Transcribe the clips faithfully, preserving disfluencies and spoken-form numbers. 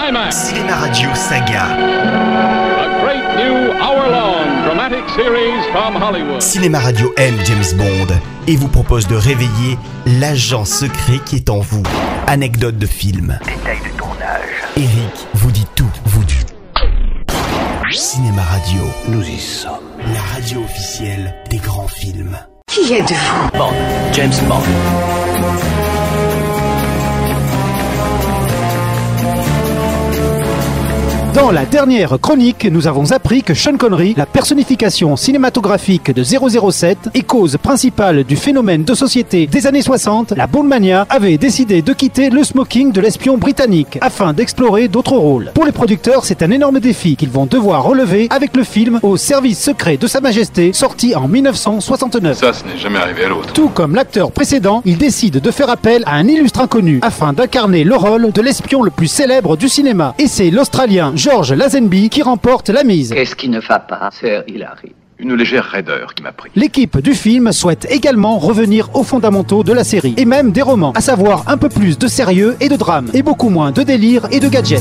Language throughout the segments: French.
Climax. Cinéma Radio Saga. A great new hour-long dramatic series from Hollywood. Cinéma Radio aime James Bond et vous propose de réveiller l'agent secret qui est en vous. Anecdote de film. Détails de tournage. Eric vous dit tout, vous dit. Cinéma Radio. Nous y sommes. La radio officielle des grands films. Qui êtes-vous? Bond. James Bond. Dans la dernière chronique, nous avons appris que Sean Connery, la personnification cinématographique de zéro zéro sept et cause principale du phénomène de société des années soixante, la Bondmania, avait décidé de quitter le smoking de l'espion britannique afin d'explorer d'autres rôles. Pour les producteurs, c'est un énorme défi qu'ils vont devoir relever avec le film Au service secret de Sa Majesté, sorti en dix-neuf cent soixante-neuf. Ça, ce n'est jamais arrivé à l'autre. Tout comme l'acteur précédent, il décide de faire appel à un illustre inconnu afin d'incarner le rôle de l'espion le plus célèbre du cinéma. Et c'est l'Australien George Lazenby qui remporte la mise. Qu'est-ce qui ne va pas, Sir Hilary? Une légère raideur qui m'a pris. L'équipe du film souhaite également revenir aux fondamentaux de la série, et même des romans, à savoir un peu plus de sérieux et de drame, et beaucoup moins de délire et de gadgets.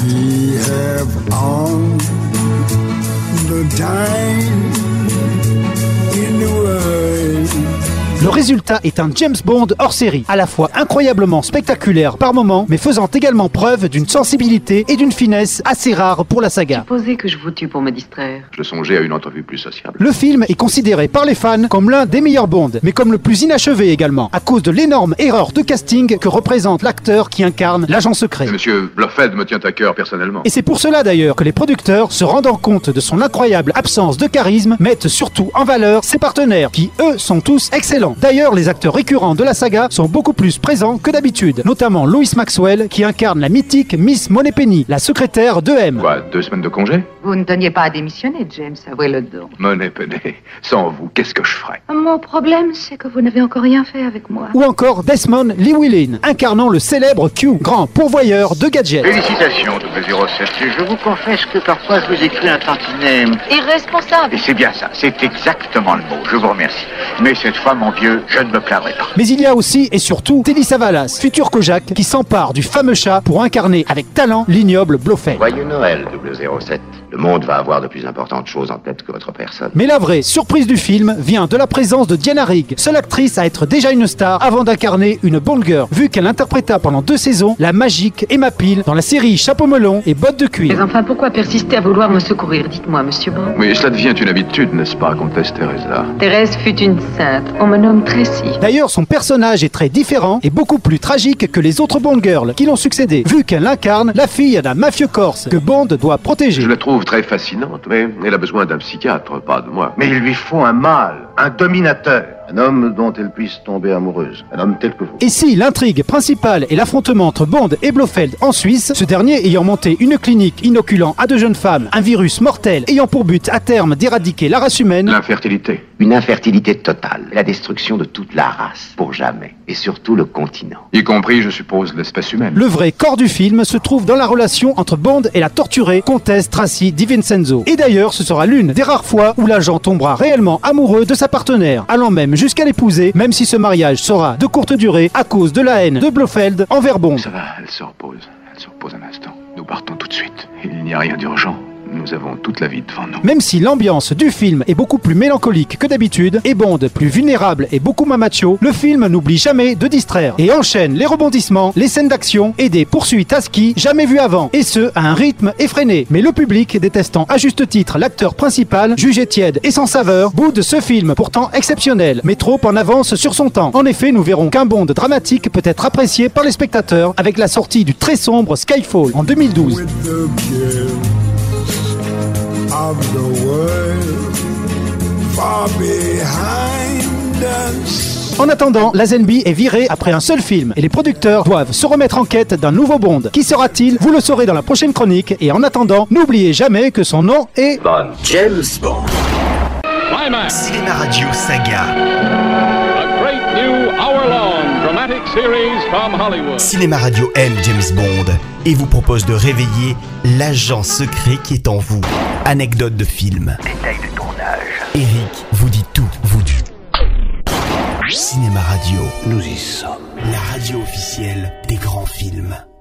Le résultat est un James Bond hors série, à la fois incroyablement spectaculaire par moments, mais faisant également preuve d'une sensibilité et d'une finesse assez rares pour la saga. Supposez que je vous tue pour me distraire. Je songeais à une entrevue plus sociable. Le film est considéré par les fans comme l'un des meilleurs Bond, mais comme le plus inachevé également, à cause de l'énorme erreur de casting que représente l'acteur qui incarne l'agent secret. Monsieur Blofeld me tient à cœur personnellement. Et c'est pour cela d'ailleurs que les producteurs, se rendant compte de son incroyable absence de charisme, mettent surtout en valeur ses partenaires, qui eux sont tous excellents. D'ailleurs, les acteurs récurrents de la saga sont beaucoup plus présents que d'habitude, notamment Lois Maxwell qui incarne la mythique Miss Moneypenny, la secrétaire de M. Quoi, deux semaines de congé? Vous ne teniez pas à démissionner, James, avouez-le donc. Moneypenny, sans vous, qu'est-ce que je ferais? Mon problème, c'est que vous n'avez encore rien fait avec moi. Ou encore Desmond Llewellyn, incarnant le célèbre Q, grand pourvoyeur de gadgets. Félicitations, double zéro sept. Je vous confesse que parfois je vous écris un tantinet. Irresponsable. Et c'est bien ça, c'est exactement le mot. Je vous remercie. Mais cette fois, mon vieux, je ne me plaindrai pas. Mais il y a aussi et surtout Telly Savalas, futur Kojak, qui s'empare du fameux chat pour incarner avec talent l'ignoble Blofeld. Joyeux Noël, double zéro sept. Le monde va avoir de plus importantes choses en tête que votre personne. Mais la vraie surprise du film vient de la présence de Diana Rigg, seule actrice à être déjà une star avant d'incarner une Bond girl, vu qu'elle interpréta pendant deux saisons la magique Emma Peel dans la série Chapeau melon et bottes de cuir. Mais enfin, pourquoi persister à vouloir me secourir? Dites-moi, monsieur Bond. Oui, cela devient une habitude, n'est-ce pas, comtesse Teresa? Thérèse fut une sainte. On me nomme Tracy. D'ailleurs, son personnage est très différent et beaucoup plus tragique que les autres Bond girls qui l'ont succédé, vu qu'elle incarne la fille d'un mafieux corse que Bond doit protéger. Je la trouve très fascinante, mais elle a besoin d'un psychiatre, pas de moi. Mais il lui faut un mâle, un dominateur. Un homme dont elle puisse tomber amoureuse. Un homme tel que vous. Et si l'intrigue principale est l'affrontement entre Bond et Blofeld en Suisse, ce dernier ayant monté une clinique inoculant à de jeunes femmes un virus mortel ayant pour but à terme d'éradiquer la race humaine, L'infertilité. Une infertilité totale. La destruction de toute la race. Pour jamais. Et surtout le continent. Y compris, je suppose, l'espèce humaine. le vrai corps du film se trouve dans la relation entre Bond et la torturée comtesse Tracy DiVincenzo. Et d'ailleurs, ce sera l'une des rares fois où l'agent tombera réellement amoureux de sa partenaire, allant même jusqu'à l'épouser, même si ce mariage sera de courte durée à cause de la haine de Blofeld envers Bond. Ça va, elle se repose. Elle se repose un instant. Nous partons tout de suite. Il n'y a rien d'urgent. Nous avons toute la vie devant nous. Même si l'ambiance du film est beaucoup plus mélancolique que d'habitude, et Bond plus vulnérable et beaucoup moins macho, le film n'oublie jamais de distraire et enchaîne les rebondissements, les scènes d'action et des poursuites à ski jamais vues avant, et ce à un rythme effréné. Mais le public, détestant à juste titre l'acteur principal, jugé tiède et sans saveur, boude ce film pourtant exceptionnel, mais trop en avance sur son temps. En effet, nous verrons qu'un Bond dramatique peut être apprécié par les spectateurs avec la sortie du très sombre Skyfall en deux mille douze. Of the world, far behind us. En attendant, Lazenby est viré après un seul film et les producteurs doivent se remettre en quête d'un nouveau Bond. Qui sera-t-il? Vous le saurez dans la prochaine chronique, et en attendant, n'oubliez jamais que son nom est Bond. James Bond. Climax. Cinéma Radio Saga. A great new hour-long dramatic series from Hollywood. Cinéma Radio aime James Bond et vous propose de réveiller l'agent secret qui est en vous. Anecdote de film. Détails de tournage. Eric vous dit tout, vous dit. Cinéma Radio. Nous y sommes. La radio officielle des grands films.